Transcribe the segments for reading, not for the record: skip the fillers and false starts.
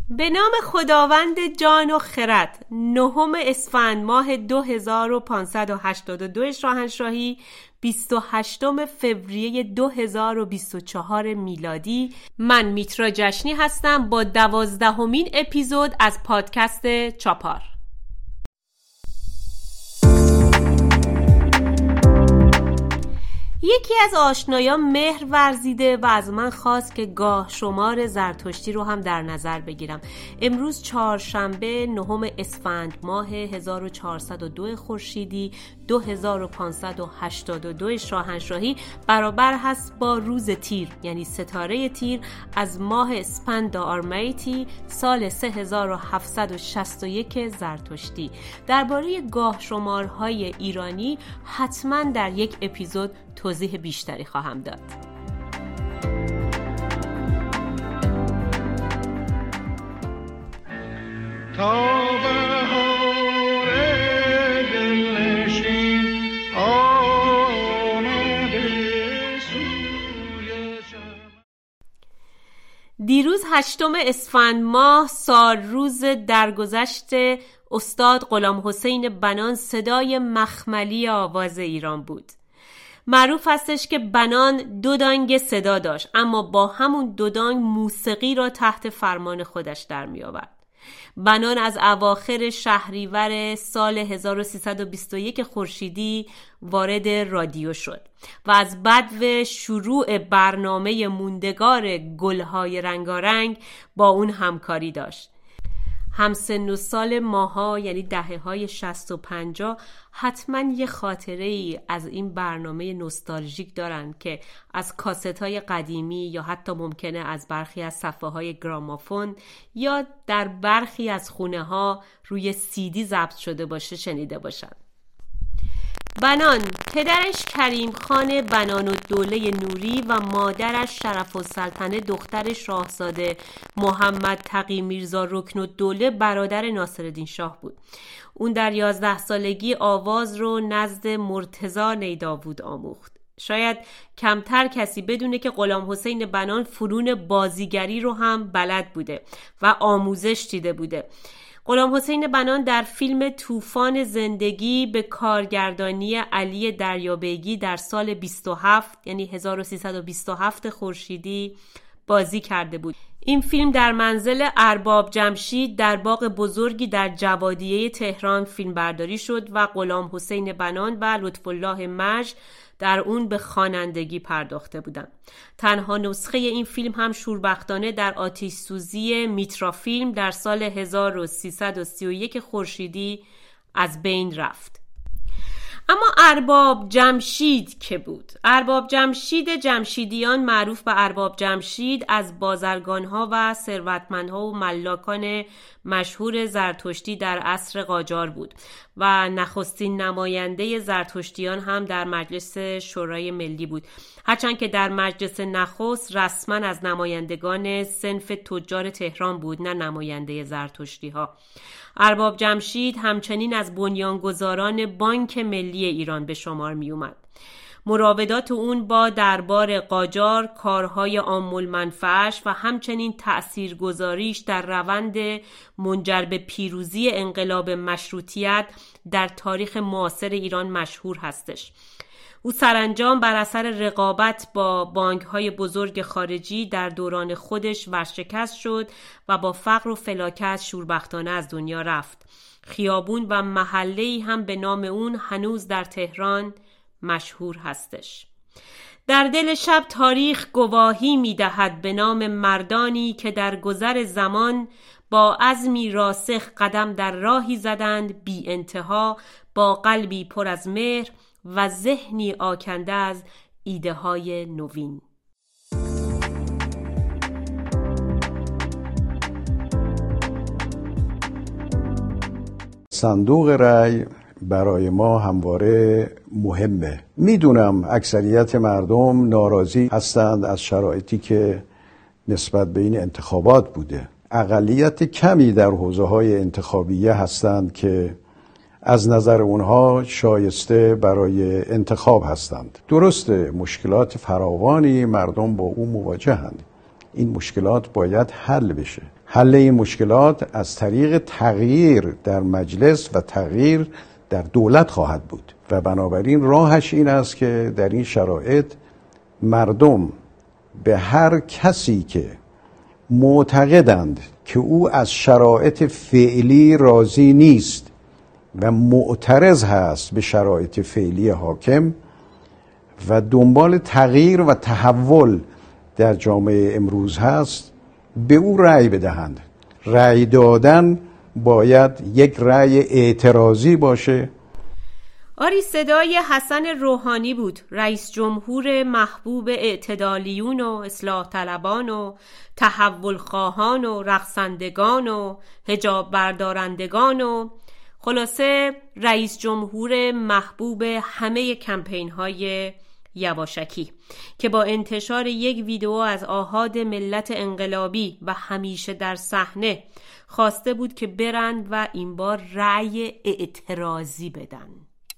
به نام خداوند جان و خرد، 9 اسفند ماه 2582 شاهنشاهی، 28 فوریه 2024 میلادی، من میترا جشنی هستم با 12مین اپیزود از پادکست چاپار. یکی از آشنایان مهر ورزیده و از من خواست که گاه شمار زرتشتی رو هم در نظر بگیرم. امروز چهارشنبه 9 اسفند ماه 1402 خورشیدی 2582 شاهنشاهی برابر هست با روز تیر، یعنی ستاره تیر از ماه اسفند آرمیتی سال 3761 زرتشتی. درباره گاه شمارهای ایرانی حتما در یک اپیزود توضیح بیشتری خواهم داد. دیروز 8 اسفند ماه سال روز درگذشت استاد غلامحسین بنان، صدای مخملی آواز ایران بود. معروف هستش که بنان 2 دانگ صدا داشت، اما با همون 2 دانگ موسیقی را تحت فرمان خودش در می آورد. بنان از اواخر شهریور سال 1321 خورشیدی وارد رادیو شد و از بدو شروع برنامه موندگار گلهای رنگارنگ با اون همکاری داشت. همسن و سال ماها، یعنی دهه‌های 60 و 50 حتما یه خاطره ای از این برنامه نوستالژیک دارن که از کاست‌های قدیمی یا حتی ممکنه از برخی از صفحه‌های گرامافون یا در برخی از خونه‌ها روی CD ضبط شده باشه شنیده باشن. بنان، پدرش کریم خان بنان الدوله نوری و مادرش شرف السلطنه دختر شاهزاده محمد تقی میرزا رکن الدوله برادر ناصرالدین شاه بود. اون در 11 سالگی آواز رو نزد مرتضی نیداود آموخت. شاید کمتر کسی بدونه که غلامحسین بنان فنون بازیگری رو هم بلد بوده و آموزش دیده بوده. غلامحسین بنان در فیلم طوفان زندگی به کارگردانی علی دریابیگی در سال 27 یعنی 1327 خورشیدی بازی کرده بود. این فیلم در منزل ارباب جمشید در باغ بزرگی در جوادیه تهران فیلم برداری شد و غلامحسین بنان و لطف‌الله مژ در اون به خوانندگی پرداخته بودند. تنها نسخه این فیلم هم شوربختانه در آتش سوزی میترا فیلم در سال 1331 خورشیدی از بین رفت. اما ارباب جمشید که بود؟ ارباب جمشید جمشیدیان، معروف به ارباب جمشید، از بازرگانها و ثروتمندها و ملاکان مشهور زرتشتی در عصر قاجار بود و نخستین نماینده زرتشتیان هم در مجلس شورای ملی بود، هرچند که در مجلس نخست رسما از نمایندگان صنف تجار تهران بود، نه نماینده زرتشتی ها. ارباب جمشید همچنین از بنیانگذاران بانک ملی ایران به شمار می اومد. مراودات اون با دربار قاجار، کارهای عام المنفعش و همچنین تأثیرگذاریش در روند منجر به پیروزی انقلاب مشروطیت در تاریخ معاصر ایران مشهور هستش. او سرانجام بر اثر رقابت با بانک‌های بزرگ خارجی در دوران خودش ورشکست شد و با فقر و فلاکت شوربختانه از دنیا رفت. خیابون و محله‌ای هم به نام اون هنوز در تهران مشهور هستش. در دل شب تاریخ گواهی می‌دهد به نام مردانی که در گذر زمان با عزمی راسخ قدم در راهی زدند بی انتها، با قلبی پر از مهر و ذهنی آکنده از ایده های نوین. صندوق رای برای ما همواره مهمه. میدونم اکثریت مردم ناراضی هستند از شرایطی که نسبت به این انتخابات بوده. اقلیت کمی در حوزه‌های انتخابیه هستند که از نظر اونها شایسته برای انتخاب هستند. درسته مشکلات فراوانی مردم با اون مواجهند. این مشکلات باید حل بشه. حل این مشکلات از طریق تغییر در مجلس و تغییر در دولت خواهد بود و بنابراین راهش این است که در این شرایط مردم به هر کسی که معتقدند که او از شرایط فعلی راضی نیست و معترض هست به شرایط فعلی حاکم و دنبال تغییر و تحول در جامعه امروز هست، به او رأی بدهند. رأی دادن باید یک رأی اعتراضی باشه. آری، صدای حسن روحانی بود، رئیس جمهور محبوب اعتدالیون و اصلاح طلبان و تحول خواهان و رقصندگان و حجاب بردارندگان و خلاصه رئیس جمهور محبوب همه کمپین های یواشکی که با انتشار یک ویدیو از آحاد ملت انقلابی و همیشه در صحنه خواسته بود که برند و این بار رأی اعتراضی بدن.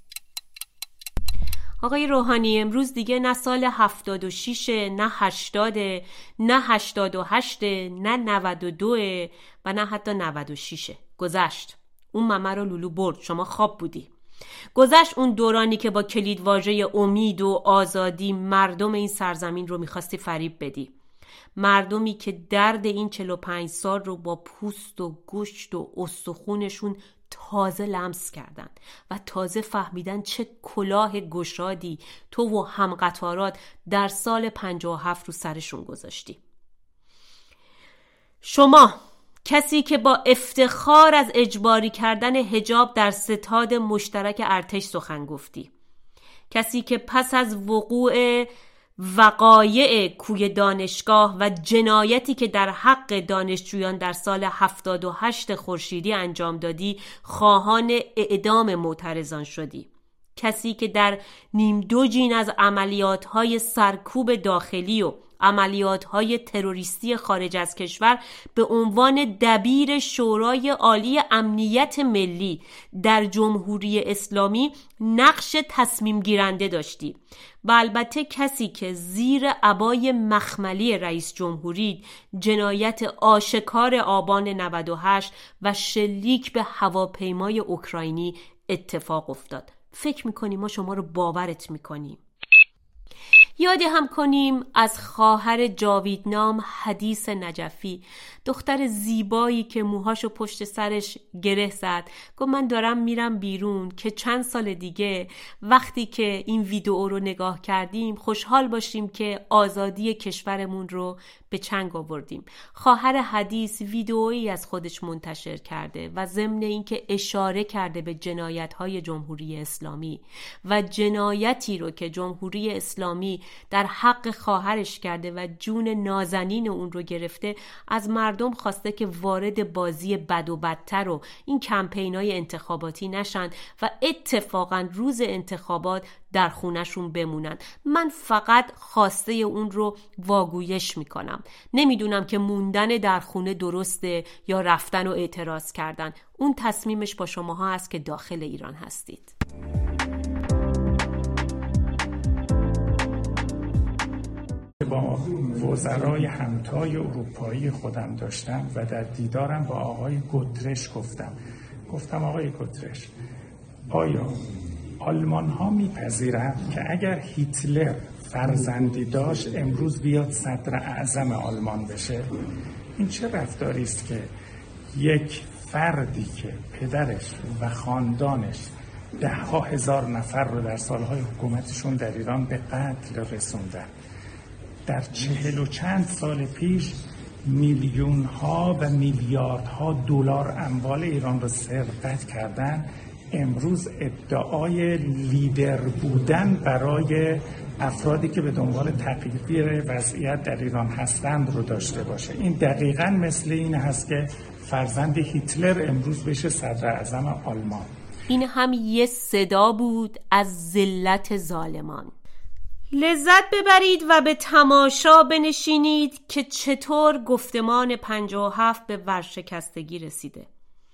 آقای روحانی، امروز دیگه نه سال 76 نه 80 نه 88 نه 92 و نه حتی 96. گذشت. اون ممه رو لولو برد. شما خواب بودی. گذشت اون دورانی که با کلیدواژه امید و آزادی مردم این سرزمین رو میخواستی فریب بدی. مردمی که درد این 45 سال رو با پوست و گوشت و استخونشون تازه لمس کردن و تازه فهمیدن چه کلاه گشادی تو و همقطارات در سال 57 رو سرشون گذاشتی. شما، کسی که با افتخار از اجباری کردن حجاب در ستاد مشترک ارتش سخن گفتی، کسی که پس از وقوع وقایع کوی دانشگاه و جنایتی که در حق دانشجویان در سال 78 خورشیدی انجام دادی خواهان اعدام معترضان شدی، کسی که در نیم دو جین از عملیات‌های سرکوب داخلی و عملیات‌های تروریستی خارج از کشور به عنوان دبیر شورای عالی امنیت ملی در جمهوری اسلامی نقش تصمیم گیرنده داشتی و البته کسی که زیر عبای مخملی رئیس جمهوری جنایت آشکار آبان 98 و شلیک به هواپیمای اوکراینی اتفاق افتاد. فکر میکنیم ما شما رو باورت میکنیم. یاد هم کنیم از خواهر جاویدنام حدیث نجفی، دختر زیبایی که موهاشو پشت سرش گره زد، گفت من دارم میرم بیرون که چند سال دیگه وقتی که این ویدیو رو نگاه کردیم خوشحال باشیم که آزادی کشورمون رو به چنگ آوردیم. خواهر حدیث ویدئویی از خودش منتشر کرده و ضمن اینکه اشاره کرده به جنایت‌های جمهوری اسلامی و جنایتی رو که جمهوری اسلامی در حق خواهرش کرده و جون نازنین اون رو گرفته، از مردم خواسته که وارد بازی بد و بدتر و این کمپینای انتخاباتی نشن و اتفاقا روز انتخابات در خونهشون بمونن. من فقط خواسته اون رو واگویش میکنم. نمیدونم که موندن در خونه درسته یا رفتن و اعتراض کردن. اون تصمیمش با شماها هست که داخل ایران هستید. با وزرای همتای اروپایی خودم داشتم و در دیدارم با آقای گوترش گفتم آقای گوترش، آیا آلمان ها میپذیرند که اگر هیتلر فرزندی داشت امروز بیاد صدر اعظم آلمان بشه؟ این چه رفتاری است که یک فردی که پدرش و خاندانش 10,000 نفر رو در سالهای حکومتشون در ایران به قتل رسوندن، در 40 و چند سال پیش میلیون ها و میلیارد ها دلار اموال ایران رو سرقت کردن، امروز ادعای لیدر بودن برای افرادی که به دنبال تغییر وضعیت در ایران هستند رو داشته باشه؟ این دقیقاً مثل این هست که فرزند هیتلر امروز بشه صدر اعظم آلمان. این هم یه صدا بود از ذلت ظالمان. لذت ببرید و به تماشا بنشینید که چطور گفتمان 57 به ورشکستگی رسیده.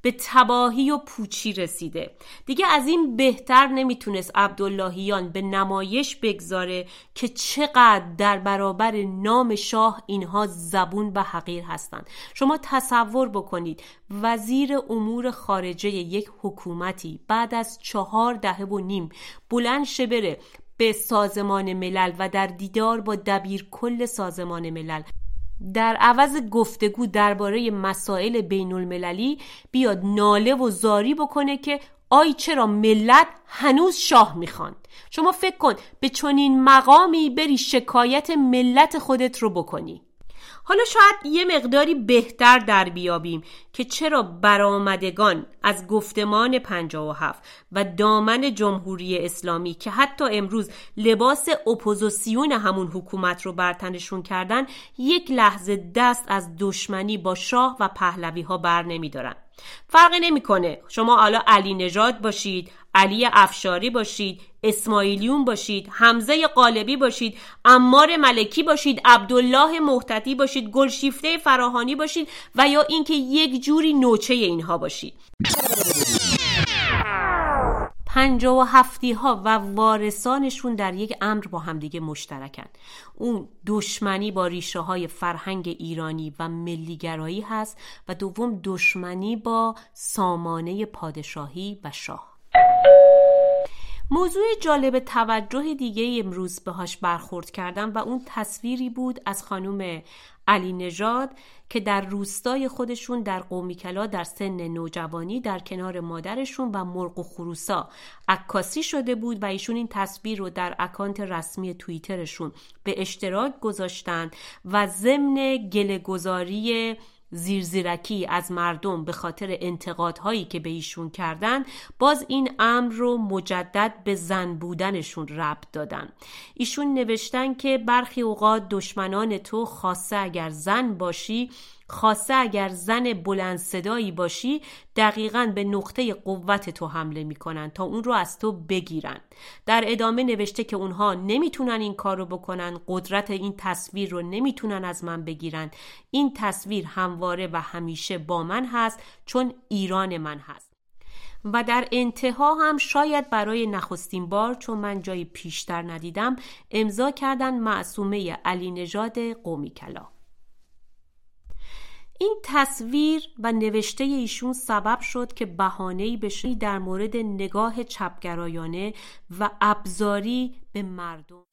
به تباهی و پوچی رسیده. دیگه از این بهتر نمیتونست عبداللهیان به نمایش بگذاره که چقدر در برابر نام شاه اینها زبون و حقیر هستند. شما تصور بکنید وزیر امور خارجه یک حکومتی بعد از 4 دهه و نیم بلند شه بره به سازمان ملل و در دیدار با دبیر کل سازمان ملل در عوض گفتگو درباره مسائل بین المللی بیاد ناله و زاری بکنه که آی چرا ملت هنوز شاه میخوان. شما فکر کن به چنین مقامی بری شکایت ملت خودت رو بکنی. حالا شاید یه مقداری بهتر در بیابیم که چرا برآمدگان از گفتمان 57 و دامن جمهوری اسلامی که حتی امروز لباس اپوزیسیون همون حکومت رو بر تنشون کردن یک لحظه دست از دشمنی با شاه و پهلوی ها بر نمیدارن. فرقی نمیکنه شما حالا علی نژاد باشید، علی افشاری باشید، اسماعیلیون باشید، حمزه قالبی باشید، عمار ملکی باشید، عبدالله مهتدی باشید، گلشیفته فراهانی باشید و یا اینکه یک جوری نوچه اینها باشید. 57 ها و وارثانشون در یک امر با همدیگه مشترکن. اون دشمنی با ریشه های فرهنگ ایرانی و ملیگرایی هست و دوم دشمنی با سامانه پادشاهی و شاه. موضوع جالب توجه دیگه امروز بهاش برخورد کردم و اون تصویری بود از خانم علی نژاد که در روستای خودشون در قومیکلا در سن نوجوانی در کنار مادرشون و مرغ و خروسا عکاسی شده بود و ایشون این تصویر رو در اکانت رسمی توییترشون به اشتراک گذاشتن و ضمن گله‌گزاری زیرزیرکی از مردم به خاطر انتقادهایی که به ایشون کردن باز این امر رو مجدد به زن بودنشون ربط دادن. ایشون نوشتن که برخی اوقات دشمنان تو خاصه اگر زن باشی، خاصه اگر زن بلند صدایی باشی، دقیقاً به نقطه قوت تو حمله میکنن تا اون رو از تو بگیرن. در ادامه نوشته که اونها نمیتونن این کار رو بکنن، قدرت این تصویر رو نمیتونن از من بگیرن. این تصویر همواره و همیشه با من هست چون ایران من هست. و در انتها هم شاید برای نخستین بار چون من جای پیشتر ندیدم امضا کردن معصومه علی نژاد قومیکلا. این تصویر و نوشته ایشون سبب شد که بهانه‌ای بشه در مورد نگاه چپگرایانه و ابزاری به مردم.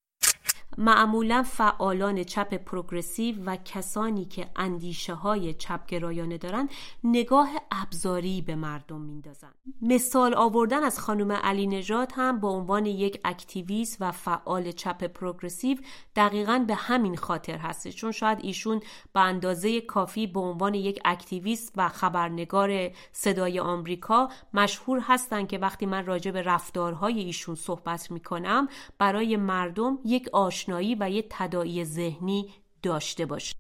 معمولا فعالان چپ پروگرسیو و کسانی که اندیشه های چپگرایانه دارن نگاه ابزاری به مردم میندازن. مثال آوردن از خانم علی نژاد هم به عنوان یک اکتیویست و فعال چپ پروگرسیو دقیقاً به همین خاطر هست، چون شاید ایشون به اندازه کافی به عنوان یک اکتیویست و خبرنگار صدای آمریکا مشهور هستن که وقتی من راجع به رفتارهای ایشون صحبت میکنم برای مردم یک آشنایی و یک تداعی ذهنی داشته باشه.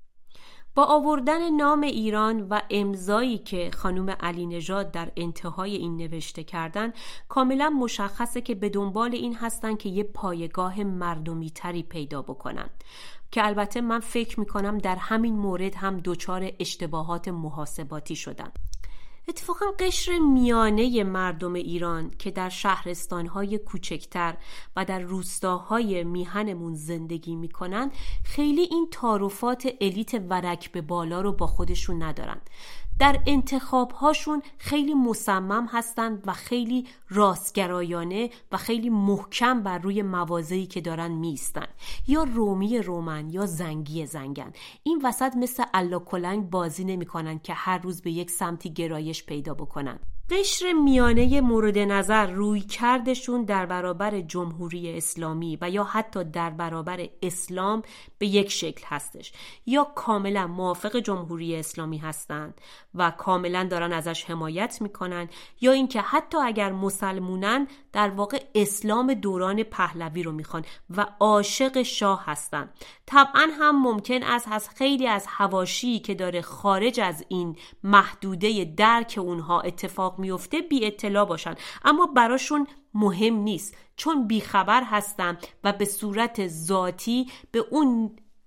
با آوردن نام ایران و امضایی که خانم علی نژاد در انتهای این نوشته کردن کاملا مشخصه که به دنبال این هستن که یه پایگاه مردمی تری پیدا بکنن که البته من فکر میکنم در همین مورد هم دچار اشتباهات محاسباتی شدن. اتفاقا قشر میانه مردم ایران که در شهرستانهای کوچکتر و در روستاهای میهنمون زندگی میکنن خیلی این تعارفات الیت ورک به بالا رو با خودشون ندارن. در انتخابهاشون خیلی مصمم هستند و خیلی راستگرایانه و خیلی محکم بر روی مواضعی که دارن میستن، یا رومی رومن یا زنگی زنگن. این وسط مثل الا کلنگ بازی نمی کنن که هر روز به یک سمتی گرایش پیدا بکنن. قشر میانه مورد نظر روی کردشون در برابر جمهوری اسلامی و یا حتی در برابر اسلام به یک شکل هستش، یا کاملا موافق جمهوری اسلامی هستند و کاملا دارن ازش حمایت میکنن، یا اینکه حتی اگر مسلمونن در واقع اسلام دوران پهلوی رو میخوان و عاشق شاه هستن. طبعا هم ممکن است از خیلی از حواشی که داره خارج از این محدوده درک اونها اتفاق میفته بی اطلاع باشن، اما براشون مهم نیست چون بیخبر هستن و به صورت ذاتی به اون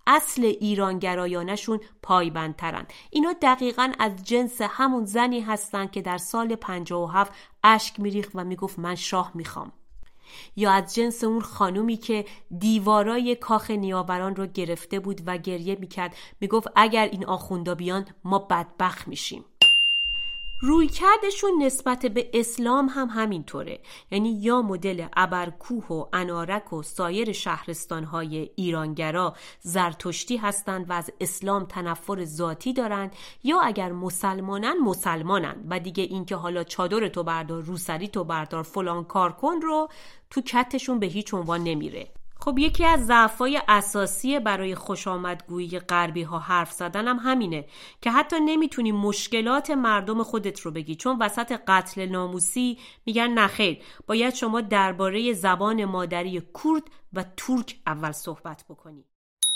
اصل ایرانگرایانشون پایبندترن. اینا دقیقاً از جنس همون زنی هستن که در سال 57 اشک میریخت و میگفت من شاه میخوام، یا از جنس اون خانومی که دیوارای کاخ نیاوران رو گرفته بود و گریه میکرد، میگفت اگر این آخوندا بیان ما بدبخت میشیم. رویکردشون نسبت به اسلام هم همینطوره، یعنی یا مدل ابرکوه و انارک و سایر شهرستانهای ایرانگرا زرتشتی هستند و از اسلام تنفر ذاتی دارن، یا اگر مسلمانن و دیگه این که حالا چادر تو بردار، روسری تو بردار، فلان کار کن رو تو کتشون به هیچ عنوان نمیره. خب یکی از ضعف‌های اساسی برای خوشامدگویی غربی ها حرف زدن هم همینه که حتی نمیتونی مشکلات مردم خودت رو بگی، چون وسط قتل ناموسی میگن نخیر، باید شما درباره زبان مادری کرد و ترک اول صحبت بکنی.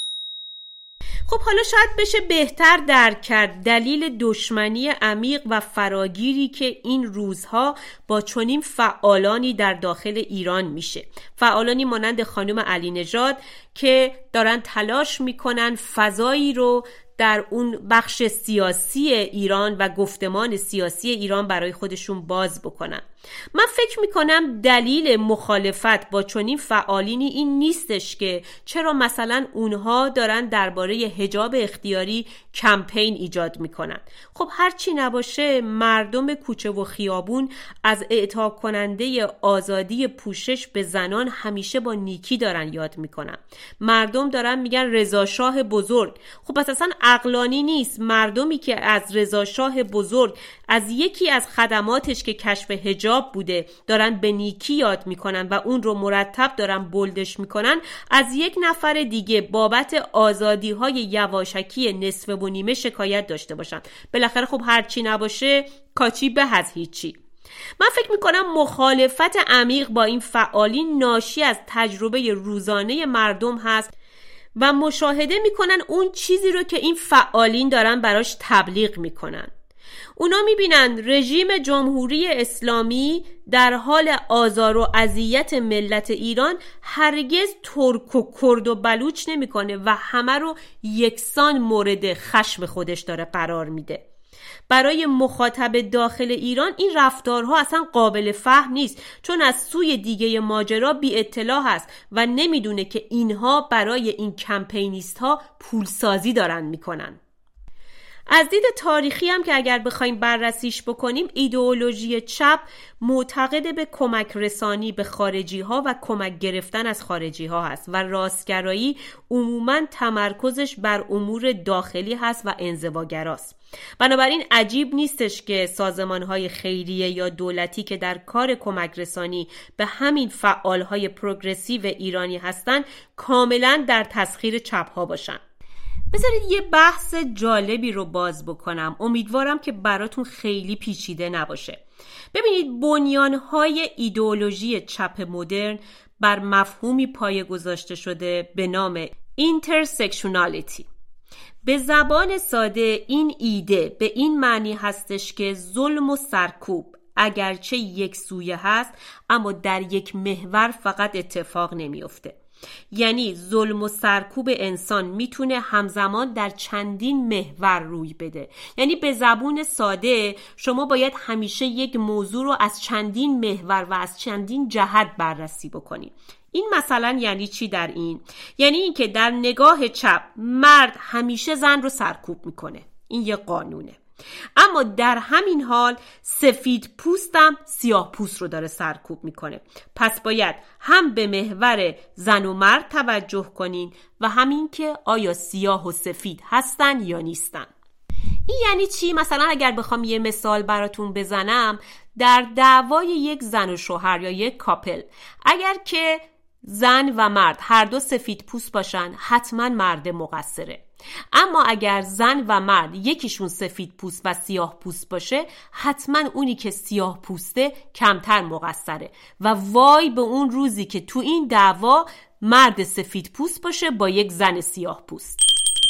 خب حالا شاید بشه بهتر درک کرد دلیل دشمنی عمیق و فراگیری که این روزها با چنین فعالانی در داخل ایران میشه. فعالانی مانند خانم علی نژاد که دارن تلاش میکنن فضایی رو در اون بخش سیاسی ایران و گفتمان سیاسی ایران برای خودشون باز بکنن. من فکر میکنم دلیل مخالفت با چنین فعالینی این نیستش که چرا مثلا اونها دارن درباره حجاب اختیاری کمپین ایجاد میکنن. خب هر چی نباشه مردم کوچه و خیابون از اعطا کننده آزادی پوشش به زنان همیشه با نیکی دارن یاد میکنن. مردم دارن میگن رضا شاه بزرگ. خب پس اصلا عقلانی نیست مردمی که از رضا شاه بزرگ، از یکی از خدماتش که کشف حجاب بوده، دارن به نیکی یاد میکنن و اون رو مرتب دارن بولدش میکنن، از یک نفر دیگه بابت آزادی های یواشکی نصف و نیمه شکایت داشته باشن. بالاخره خب هرچی نباشه کاچی به از هیچی. من فکر میکنم مخالفت عمیق با این فعالین ناشی از تجربه روزانه مردم هست و مشاهده میکنن اون چیزی رو که این فعالین دارن براش تبلیغ میکنن. اونا میبینن رژیم جمهوری اسلامی در حال آزار و اذیت ملت ایران هرگز ترک و کرد و بلوچ نمیکنه و همه رو یکسان مورد خشم خودش داره قرار میده. برای مخاطب داخل ایران این رفتارها اصلا قابل فهم نیست، چون از سوی دیگه ماجرا بی اطلاع هست و نمیدونه که اینها برای این کمپینیست ها پولسازی دارن میکنن. از دید تاریخی هم که اگر بخوایم بررسیش بکنیم، ایدئولوژی چپ معتقد به کمک رسانی به خارجی ها و کمک گرفتن از خارجی ها هست و راستگرایی عموماً تمرکزش بر امور داخلی هست و انزواگراست. بنابراین عجیب نیستش که سازمان‌های خیریه یا دولتی که در کار کمک رسانی به همین فعال‌های پروگرسیو ایرانی هستن کاملاً در تسخیر چپ‌ها باشن. بذارید یه بحث جالبی رو باز بکنم، امیدوارم که براتون خیلی پیچیده نباشه. ببینید بنیان‌های ایدئولوژی چپ مدرن بر مفهومی پایه گذاشته شده به نام اینترسکشنالیتی. به زبان ساده این ایده به این معنی هستش که ظلم و سرکوب اگرچه یک سویه هست اما در یک محور فقط اتفاق نمیفته. یعنی ظلم و سرکوب انسان میتونه همزمان در چندین محور روی بده. یعنی به زبون ساده شما باید همیشه یک موضوع رو از چندین محور و از چندین جهت بررسی بکنید. این مثلا یعنی چی در این؟ یعنی این که در نگاه چپ مرد همیشه زن رو سرکوب میکنه، این یه قانونه، اما در همین حال سفید پوستم سیاه پوست رو داره سرکوب میکنه. پس باید هم به محور زن و مرد توجه کنین و همین که آیا سیاه و سفید هستن یا نیستن. این یعنی چی؟ مثلا اگر بخوام یه مثال براتون بزنم، در دعوای یک زن و شوهر یا یک کاپل، اگر که زن و مرد هر دو سفید پوست باشن حتما مرد مقصره. اما اگر زن و مرد یکیشون سفید پوست و سیاه پوست باشه حتما اونی که سیاه پوسته کمتر مقصره و وای به اون روزی که تو این دعوا مرد سفید پوست باشه با یک زن سیاه پوست.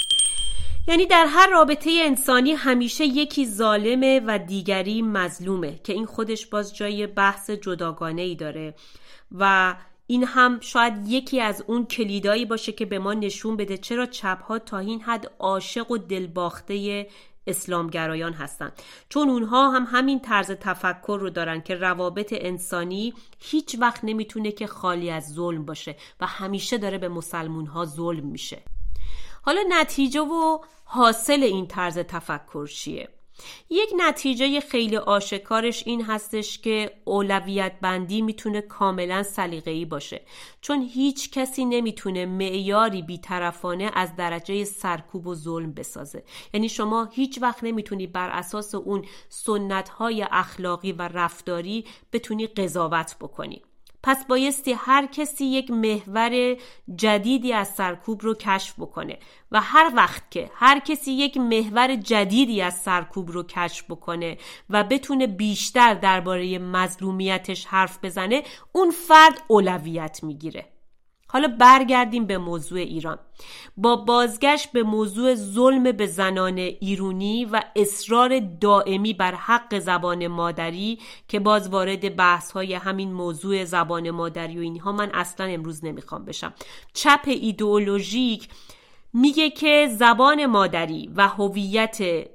یعنی در هر رابطه انسانی همیشه یکی ظالمه و دیگری مظلومه که این خودش باز جای بحث جداگانه‌ای داره و این هم شاید یکی از اون کلیدایی باشه که به ما نشون بده چرا چپ‌ها تا این حد عاشق و دلباخته اسلامگرایان هستن، چون اونها هم همین طرز تفکر رو دارن که روابط انسانی هیچ وقت نمیتونه که خالی از ظلم باشه و همیشه داره به مسلمونها ظلم میشه. حالا نتیجه و حاصل این طرز تفکر چیه؟ یک نتیجه خیلی آشکارش این هستش که اولویت بندی میتونه کاملا سلیقه‌ای باشه، چون هیچ کسی نمیتونه معیاری بی‌طرفانه از درجه سرکوب و ظلم بسازه. یعنی شما هیچ وقت نمیتونی بر اساس اون سنت‌های اخلاقی و رفتاری بتونی قضاوت بکنی. پس بایستی هر کسی یک محور جدیدی از سرکوب رو کشف بکنه و هر وقت که هر کسی یک محور جدیدی از سرکوب رو کشف بکنه و بتونه بیشتر درباره مظلومیتش حرف بزنه، اون فرد اولویت میگیره. حالا برگردیم به موضوع ایران. با بازگشت به موضوع ظلم به زنان ایرانی و اصرار دائمی بر حق زبان مادری که باز وارد بحث‌های همین موضوع زبان مادری و اینها من اصلا امروز نمیخوام بشم. چپ ایدئولوژیک میگه که زبان مادری و هویت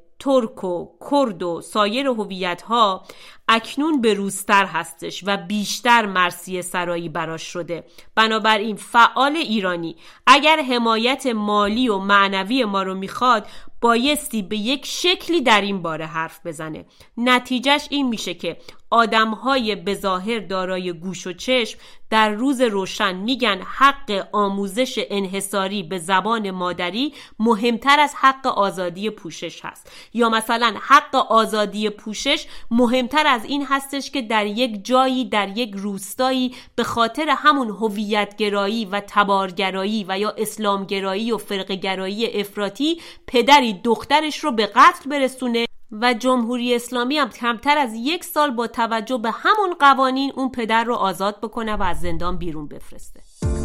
ترک و کرد و سایر هویت‌ها اکنون به روزتر هستش و بیشتر مرثیه سرایی براش شده. بنابراین فعال ایرانی اگر حمایت مالی و معنوی ما رو میخواد، بایستی به یک شکلی در این باره حرف بزنه. نتیجهش این میشه که آدمهای بظاهر دارای گوش و چشم در روز روشن میگن حق آموزش انحصاری به زبان مادری مهمتر از حق آزادی پوشش هست، یا مثلا حق آزادی پوشش مهمتر از این هستش که در یک جایی در یک روستایی به خاطر همون هویت‌گرایی و تبارگرایی و یا اسلامگرایی و فرقه‌گرایی افراطی پدری دخترش رو به قتل برسونه و جمهوری اسلامی هم کمتر از 1 سال با توجه به همون قوانین اون پدر رو آزاد بکنه و از زندان بیرون بفرسته.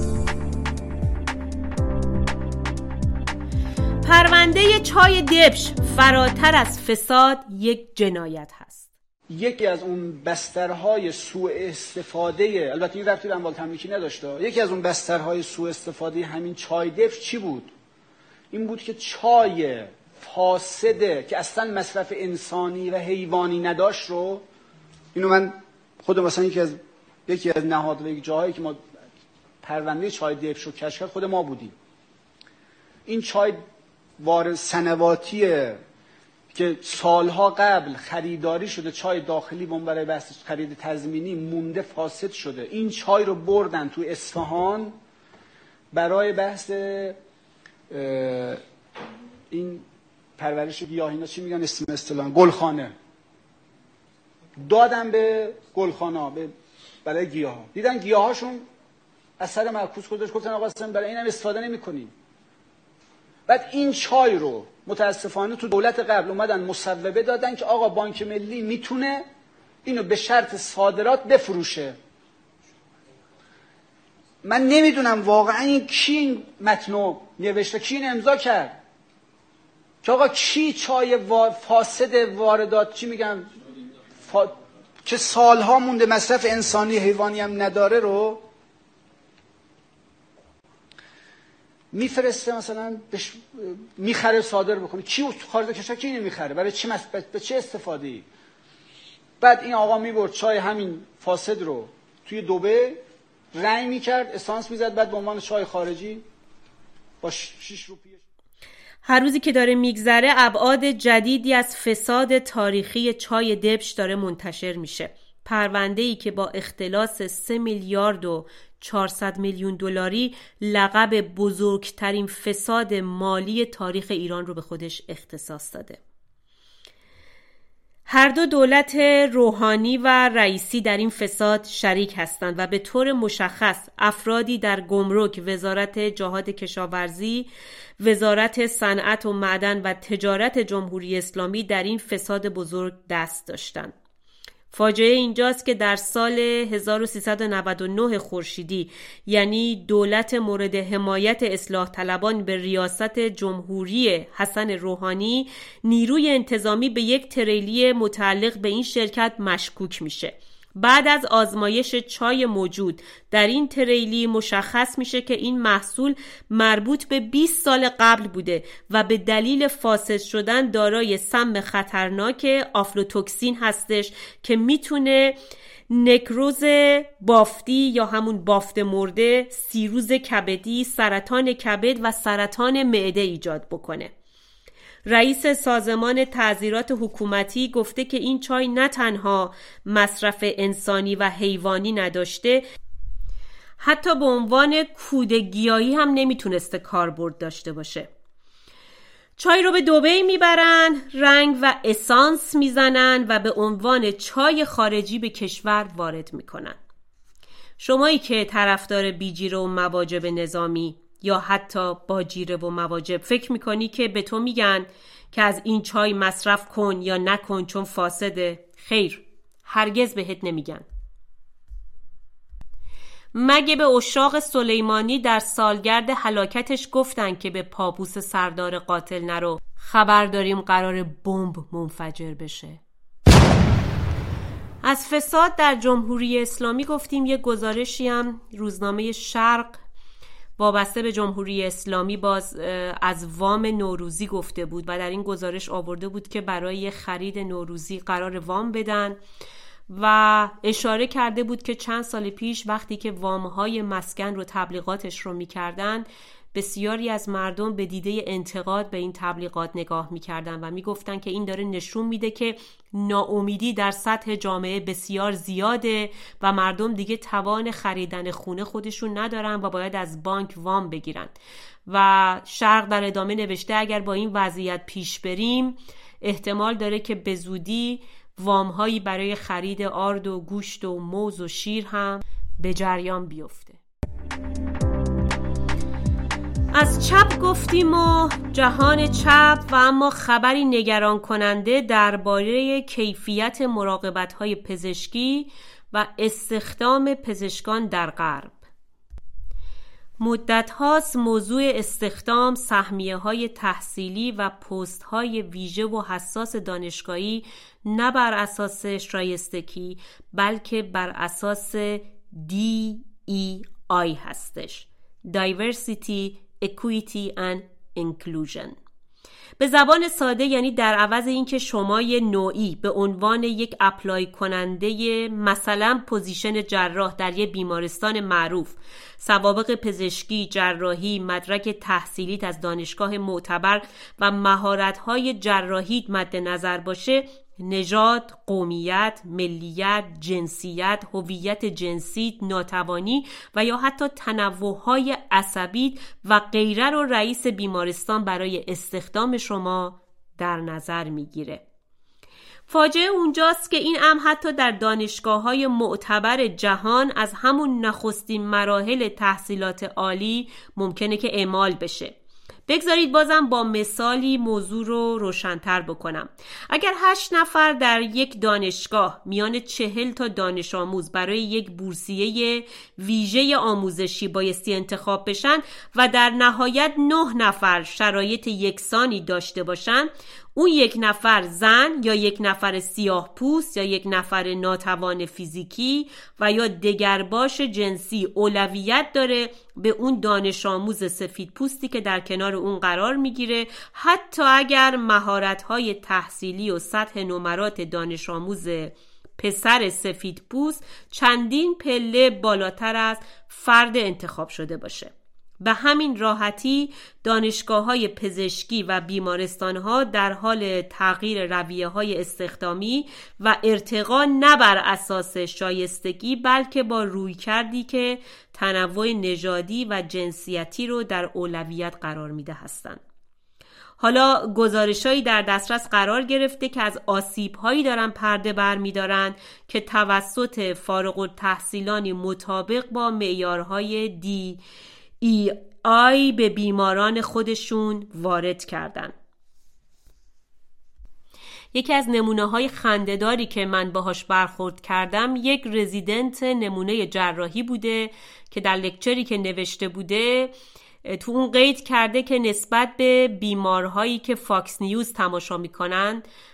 پرونده چای دبش فراتر از فساد یک جنایت هست. یکی از اون بسترهای سوء استفاده، البته این ربطی به اموال تملیکی نداشته، یکی از اون بسترهای سوء استفاده همین چای دبش چی بود؟ این بود که چای فاسده که اصلا مصرف انسانی و حیوانی نداشت رو، اینو من خودم مثلا یکی از نهادها، یک جاهایی که ما پرونده چای دبش رو کشف کرد خود ما بودیم. این چای وارد سنواتیه که سالها قبل خریداری شده، چای داخلی بون برای بحث خرید تضمینی مونده فاسد شده. این چای رو بردن تو اصفهان برای بحث این پرورش گیاه، اینا چی میگن اسم اصطلاحاً، گلخانه دادن به گلخانه برای گیاه. دیدن گیاهاشون اثر معکوس گذاشت، گفتن آقا اصلا برای اینم استفاده نمی‌کنیم. بعد این چای رو متاسفانه تو دولت قبل اومدن مصوبه دادن که آقا بانک ملی میتونه اینو به شرط صادرات بفروشه. من نمیدونم واقعا این کی این متنو نوشته، کی این امضا کرد که آقا کی چای فاسد واردات، چی میگم که سالها مونده مصرف انسانی حیوانی هم نداره رو میفرسته مثلا میخره صادر بکنه. کی خارج کشور کی اینو میخره؟ برای چه به چه استفاده‌ای؟ بعد این آقا میبرد چای همین فاسد رو توی دبی رنگ میکرد، اسانس میزد، بعد به عنوان چای خارجی با 6 روپیه. هر روزی که داره میگذره ابعاد جدیدی از فساد تاریخی چای دبش داره منتشر میشه. پرونده‌ای که با اختلاس 3 میلیارد و 400 میلیون دلاری لقب بزرگترین فساد مالی تاریخ ایران رو به خودش اختصاص داده. هر دو دولت روحانی و رئیسی در این فساد شریک هستند و به طور مشخص افرادی در گمرک، وزارت جهاد کشاورزی، وزارت صنعت و معدن و تجارت جمهوری اسلامی در این فساد بزرگ دست داشتند. فاجعه اینجاست که در سال 1399 خورشیدی، یعنی دولت مورد حمایت اصلاح طلبان به ریاست جمهوری حسن روحانی، نیروی انتظامی به یک تریلی متعلق به این شرکت مشکوک میشه. بعد از آزمایش چای موجود در این تریلی مشخص میشه که این محصول مربوط به 20 سال قبل بوده و به دلیل فاسد شدن دارای سم خطرناک آفلوتوکسین هستش که میتونه نکروز بافتی یا همون بافت مرده، سیروز کبدی، سرطان کبد و سرطان معده ایجاد بکنه. رئیس سازمان تعزیرات حکومتی گفته که این چای نه تنها مصرف انسانی و حیوانی نداشته، حتی به عنوان کود گیاهی هم نمیتونسته کاربرد داشته باشه. چای رو به دبی میبرن، رنگ و اسانس میزنن و به عنوان چای خارجی به کشور وارد میکنن. شمایی که طرفدار بیجیره و مواجب نظامی یا حتی با جیره و مواجب فکر میکنی که به تو میگن که از این چای مصرف کن یا نکن چون فاسده، خیر، هرگز بهت نمیگن. مگه به عشاق سلیمانی در سالگرد هلاکتش گفتن که به پابوس سردار قاتل نرو، خبر داریم قرار بمب منفجر بشه؟ از فساد در جمهوری اسلامی گفتیم. یه گزارشی هم روزنامه شرق وابسته به جمهوری اسلامی باز از وام نوروزی گفته بود و در این گزارش آورده بود که برای خرید نوروزی قرار وام بدن و اشاره کرده بود که چند سال پیش وقتی که وام‌های مسکن رو تبلیغاتش رو می‌کردن، بسیاری از مردم به دیده انتقاد به این تبلیغات نگاه می‌کردن و می‌گفتن که این داره نشون میده که ناامیدی در سطح جامعه بسیار زیاده و مردم دیگه توان خریدن خونه خودشون ندارن و باید از بانک وام بگیرن. و شرق در ادامه نوشته اگر با این وضعیت پیش بریم احتمال داره که به زودی وام‌هایی برای خرید آرد و گوشت و موز و شیر هم به جریان بیفته. از چپ گفتیم و جهان چپ و اما خبری نگران کننده درباره کیفیت مراقبت‌های پزشکی و استخدام پزشکان در غرب. مدت هاست موضوع استخدام سهمیه‌های تحصیلی و پست‌های ویژه و حساس دانشگاهی نه بر اساس شایستگی بلکه بر اساس DEI هستش. Diversity, Equity and Inclusion. به زبان ساده یعنی در عوض اینکه شما یه نوعی به عنوان یک اپلای کننده مثلا پوزیشن جراح در یه بیمارستان معروف سوابق پزشکی، جراحی، مدرک تحصیلیت از دانشگاه معتبر و مهارت‌های جراحیت مد نظر باشه، نژاد، قومیت، ملیت، جنسیت، هویت جنسی، ناتوانی و یا حتی تنوع‌های عصبی و غیره رو رئیس بیمارستان برای استخدام شما در نظر میگیره. فاجعه اونجاست که این امر حتی در دانشگاه‌های معتبر جهان از همون نخستین مراحل تحصیلات عالی ممکنه که اعمال بشه. بگذارید بازم با مثالی موضوع رو روشن‌تر بکنم. اگر 8 نفر در یک دانشگاه میان 40 تا دانش آموز برای یک بورسیه ویژه آموزشی بایستی انتخاب بشن و در نهایت 9 نفر شرایط یکسانی داشته باشن، اون یک نفر زن یا یک نفر سیاه پوست یا یک نفر ناتوان فیزیکی و یا دگرباش جنسی اولویت داره به اون دانش آموز سفید پوستی که در کنار اون قرار میگیره، حتی اگر مهارت‌های تحصیلی و سطح نمرات دانش آموز پسر سفید پوست چندین پله بالاتر از فرد انتخاب شده باشه. به همین راحتی دانشگاه‌های پزشکی و بیمارستان‌ها در حال تغییر رویه‌های استخدامی و ارتقا نه بر اساس شایستگی بلکه با رویکردی که تنوع نژادی و جنسیتی رو در اولویت قرار میده هستند. حالا گزارش‌هایی در دسترس قرار گرفته که از آسیب‌هایی دارن پرده برمی‌دارن که توسط فارغ التحصیلانی مطابق با معیارهای DEI به بیماران خودشون وارد کردن. یکی از نمونه‌های خنده‌داری که من باهاش برخورد کردم یک رزیدنت نمونه جراحی بوده که در لکچری که نوشته بوده تو اون قید کرده که نسبت به بیمارهایی که فاکس نیوز تماشا میکنن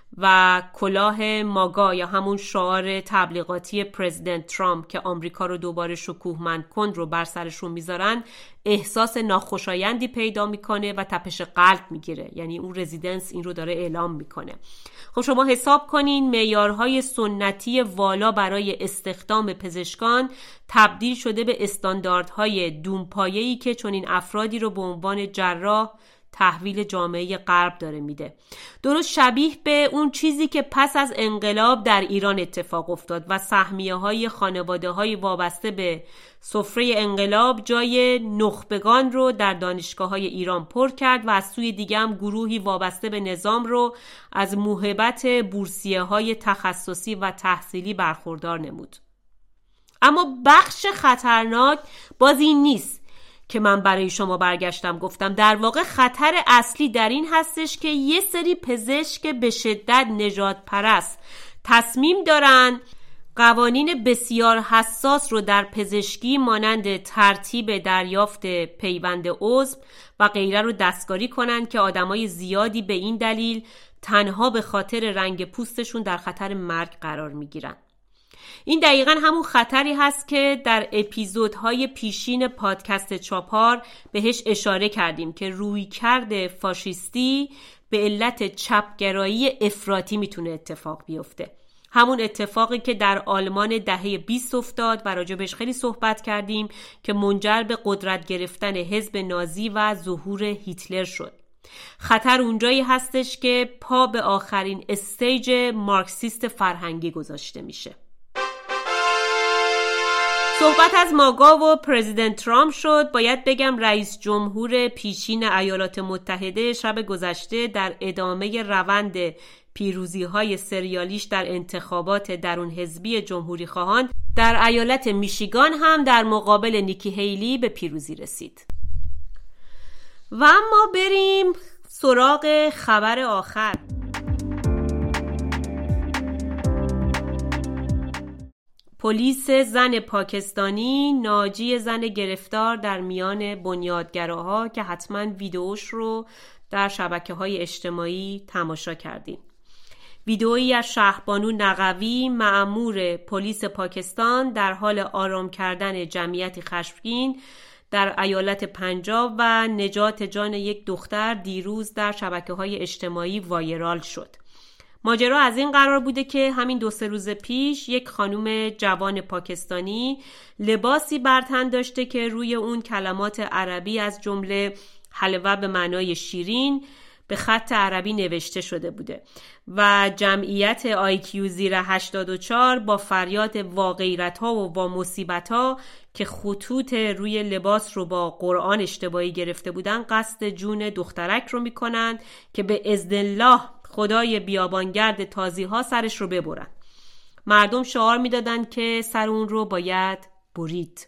و کلاه ماگا یا همون شعار تبلیغاتی پرزیدنت ترامپ که آمریکا رو دوباره شکوهمند کن رو بر سرشون میذارن، احساس ناخوشایندی پیدا میکنه و تپش قلب میگیره. یعنی اون رزیدنس این رو داره اعلام میکنه. خب شما حساب کنین معیارهای سنتی والا برای استخدام پزشکان تبدیل شده به استانداردهای دونپایه‌ای که چنین افرادی رو به عنوان جراح تحویل جامعه غرب داره میده. درست شبیه به اون چیزی که پس از انقلاب در ایران اتفاق افتاد و سهمیه‌های خانواده‌های وابسته به سفره انقلاب جای نخبگان رو در دانشگاه‌های ایران پر کرد و از سوی دیگه هم گروهی وابسته به نظام رو از موهبت بورسیه‌های تخصصی و تحصیلی برخوردار نمود. اما بخش خطرناک باز این نیست که من برای شما برگشتم گفتم. در واقع خطر اصلی در این هستش که یه سری پزشک به شدت نژاد پرست تصمیم دارن قوانین بسیار حساس رو در پزشکی مانند ترتیب دریافت پیوند عضو و غیره رو دستکاری کنن که آدمای زیادی به این دلیل تنها به خاطر رنگ پوستشون در خطر مرگ قرار میگیرن. این دقیقاً همون خطری هست که در اپیزودهای پیشین پادکست چاپار بهش اشاره کردیم که رویکرد فاشیستی به علت چپگرایی افراطی میتونه اتفاق بیفته. همون اتفاقی که در آلمان دهه 20 افتاد و راجبش خیلی صحبت کردیم که منجر به قدرت گرفتن حزب نازی و ظهور هیتلر شد. خطر اونجایی هستش که پا به آخرین استیج مارکسیست فرهنگی گذاشته میشه. صحبت از ماگا و پرزیدنت ترامپ شد. باید بگم رئیس جمهور پیشین ایالات متحده شب گذشته در ادامه روند پیروزی‌های سریالیش در انتخابات درون حزبی جمهوری خواهان در ایالت میشیگان هم در مقابل نیکی هیلی به پیروزی رسید. و اما بریم سراغ خبر آخر. پلیس زن پاکستانی ناجی زن گرفتار در میان بنیادگراها که حتما ویدئوش رو در شبکه‌های اجتماعی تماشا کردین. ویدئویی از شهربانو نقوی مأمور پلیس پاکستان در حال آرام کردن جمعیتی خشمگین در ایالت پنجاب و نجات جان یک دختر دیروز در شبکه‌های اجتماعی وایرال شد. ماجرا از این قرار بوده که همین 2-3 روز پیش یک خانم جوان پاکستانی لباسی بر تن داشته که روی اون کلمات عربی از جمله حلوه به معنای شیرین به خط عربی نوشته شده بوده و جمعیت IQ زیر 84 با فریاد وا غیرت‌ها و وا مصیبت‌ها که خطوط روی لباس رو با قرآن اشتباهی گرفته بودن قصد جون دخترک رو میکنن که به اذن الله خدای بیابانگرد تازی‌ها سرش رو ببرن. مردم شعار میدادن که سر اون رو باید برید.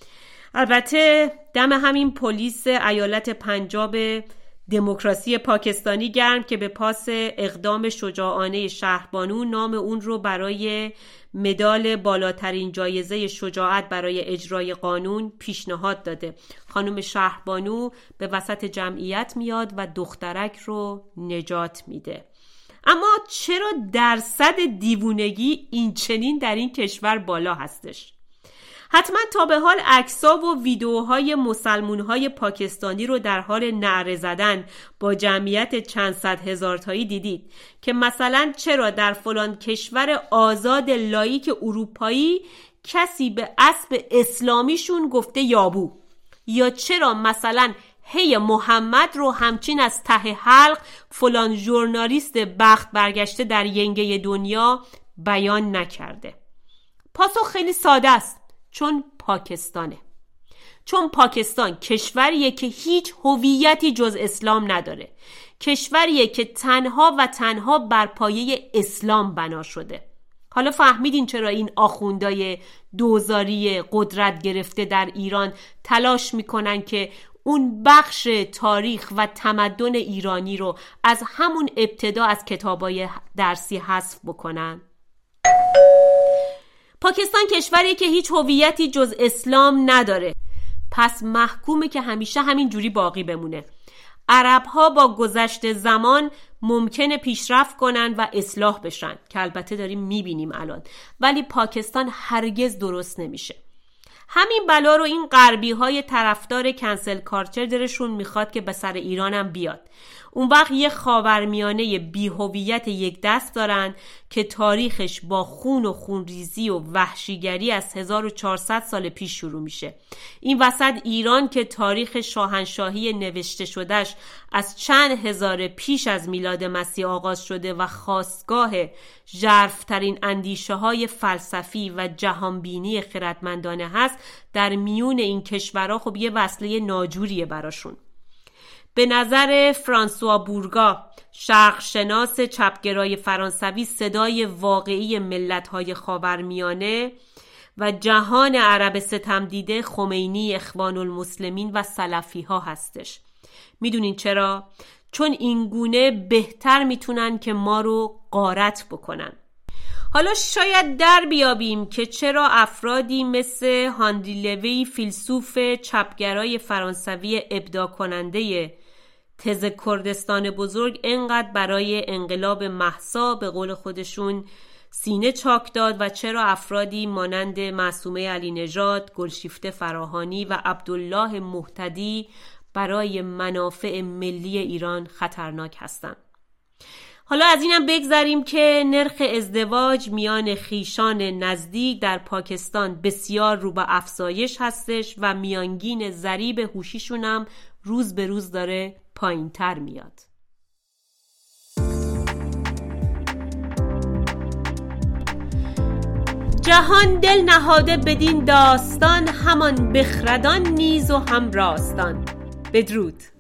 البته دم همین پلیس ایالت پنجاب دموکراسی پاکستانی گرم که به پاس اقدام شجاعانه شهربانو نام اون رو برای مدال بالاترین جایزه شجاعت برای اجرای قانون پیشنهاد داده. خانم شهربانو به وسط جمعیت میاد و دخترک رو نجات میده. اما چرا درصد دیوونگی این چنین در این کشور بالا هستش؟ حتما تا به حال عکس‌ها و ویدیوهای مسلمان‌های پاکستانی رو در حال نعره زدن با جمعیت چند صد هزار تایی دیدید که مثلا چرا در فلان کشور آزاد لاییک اروپایی کسی به اسب اسلامیشون گفته یابو، یا چرا مثلا هی محمد رو همچین از ته حلق فلان ژورنالیست بخت برگشته در ینگه دنیا بیان نکرده. پاسخ خیلی ساده است، چون پاکستانه. چون پاکستان کشوریه که هیچ هویتی جز اسلام نداره، کشوریه که تنها و تنها بر پایه اسلام بنا شده. حالا فهمیدین چرا این آخوندای دوزاری قدرت گرفته در ایران تلاش میکنن که اون بخش تاریخ و تمدن ایرانی رو از همون ابتدا از کتابای درسی حذف بکنن؟ پاکستان کشوریه که هیچ هویتی جز اسلام نداره، پس محکومه که همیشه همین جوری باقی بمونه. عرب‌ها با گذشت زمان ممکنه پیشرفت کنن و اصلاح بشن که البته داریم میبینیم الان، ولی پاکستان هرگز درست نمیشه. همین بلا رو این غربی‌های طرفدار کنسل کالچر دلشون میخواد که به سر ایرانم بیاد. اون وقت یه خاورمیانه بی‌هویت یک دست دارن که تاریخش با خون و خونریزی و وحشیگری از 1400 سال پیش شروع میشه. این وسط ایران که تاریخ شاهنشاهی نوشته شدهش از چند هزار پیش از میلاد مسیح آغاز شده و خاستگاه ژرف‌ترین اندیشه‌های فلسفی و جهانبینی خردمندانه هست، در میون این کشورها خب یه وصله ناجوریه براشون. به نظر فرانسوا بورگا، شرقشناس چپگرای فرانسوی، صدای واقعی ملت‌های خاورمیانه و جهان عرب ستم دیده خمینی، اخوان المسلمین و سلفی ها هستش. میدونین چرا؟ چون این گونه بهتر میتونن که ما رو غارت بکنن. حالا شاید در بیابیم که چرا افرادی مثل هانری لوی، فیلسوف چپگرای فرانسوی ابداع کننده تز کردستان بزرگ، انقدر برای انقلاب مهسا به قول خودشون سینه چاک داد و چرا افرادی مانند معصومه علی نژاد، گلشیفته فراهانی و عبدالله مهتدی برای منافع ملی ایران خطرناک هستند. حالا از اینم بگذریم که نرخ ازدواج میان خیشان نزدیک در پاکستان بسیار رو به افزایش هستش و میانگین ضریب هوشیشون هم روز به روز داره پایین تر میاد. جهان دل نهاده بدین داستان، همان بخردان نیز و هم راستان. بدرود.